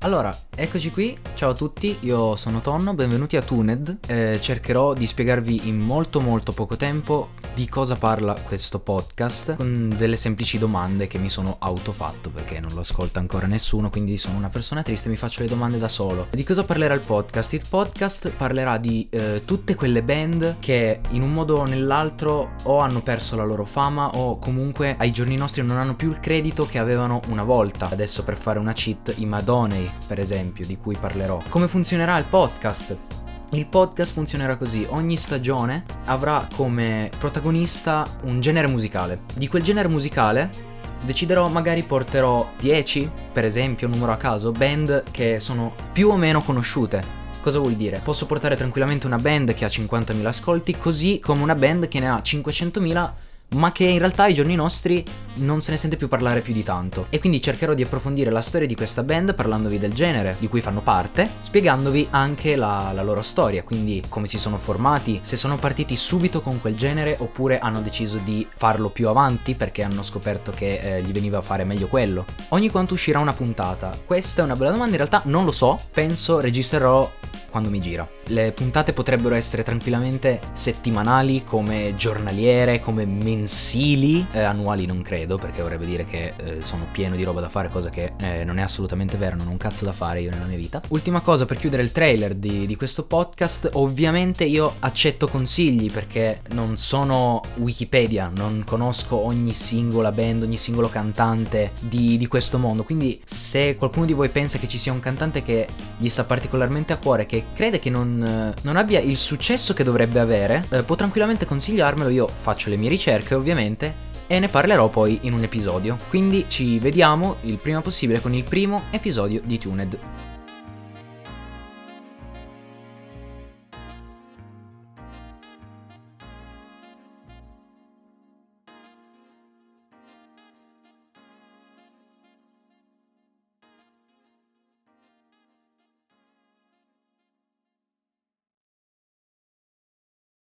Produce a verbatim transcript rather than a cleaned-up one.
Allora, eccoci qui, ciao a tutti, io sono Tonno, benvenuti a Tuned. Eh, cercherò di spiegarvi in molto molto poco tempo di cosa parla questo podcast, con delle semplici domande che mi sono autofatto perché non lo ascolta ancora nessuno, quindi sono una persona triste e mi faccio le domande da solo. Di cosa parlerà il podcast? Il podcast parlerà di eh, tutte quelle band che in un modo o nell'altro o hanno perso la loro fama o comunque ai giorni nostri non hanno più il credito che avevano una volta. Adesso, per fare una cheat, i Madonnay, per esempio, di cui parlerò. Come funzionerà il podcast? Il podcast funzionerà così: ogni stagione avrà come protagonista un genere musicale. Di quel genere musicale deciderò, magari porterò dieci, per esempio, un numero a caso, band che sono più o meno conosciute. Cosa vuol dire? Posso portare tranquillamente una band che ha cinquantamila ascolti, così come una band che ne ha cinquecentomila, ma che in realtà ai giorni nostri non se ne sente più parlare più di tanto. E quindi cercherò di approfondire la storia di questa band parlandovi del genere di cui fanno parte, spiegandovi anche la, la loro storia, quindi come si sono formati, se sono partiti subito con quel genere oppure hanno deciso di farlo più avanti perché hanno scoperto che eh, gli veniva a fare meglio quello. Ogni quanto uscirà una puntata? Questa è una bella domanda, in realtà non lo so, penso registrerò quando mi gira. Le puntate potrebbero essere tranquillamente settimanali, come giornaliere, come mensili, eh, annuali non credo, perché vorrebbe dire che eh, sono pieno di roba da fare, cosa che eh, non è assolutamente vero, non ho un cazzo da fare io nella mia vita. Ultima cosa per chiudere il trailer di, di questo podcast: ovviamente io accetto consigli perché non sono Wikipedia, non conosco ogni singola band, ogni singolo cantante di, di questo mondo, quindi se qualcuno di voi pensa che ci sia un cantante che gli sta particolarmente a cuore, che crede che non non abbia il successo che dovrebbe avere, eh, può tranquillamente consigliarmelo. Io faccio le mie ricerche ovviamente e ne parlerò poi in un episodio, quindi ci vediamo il prima possibile con il primo episodio di Tuned.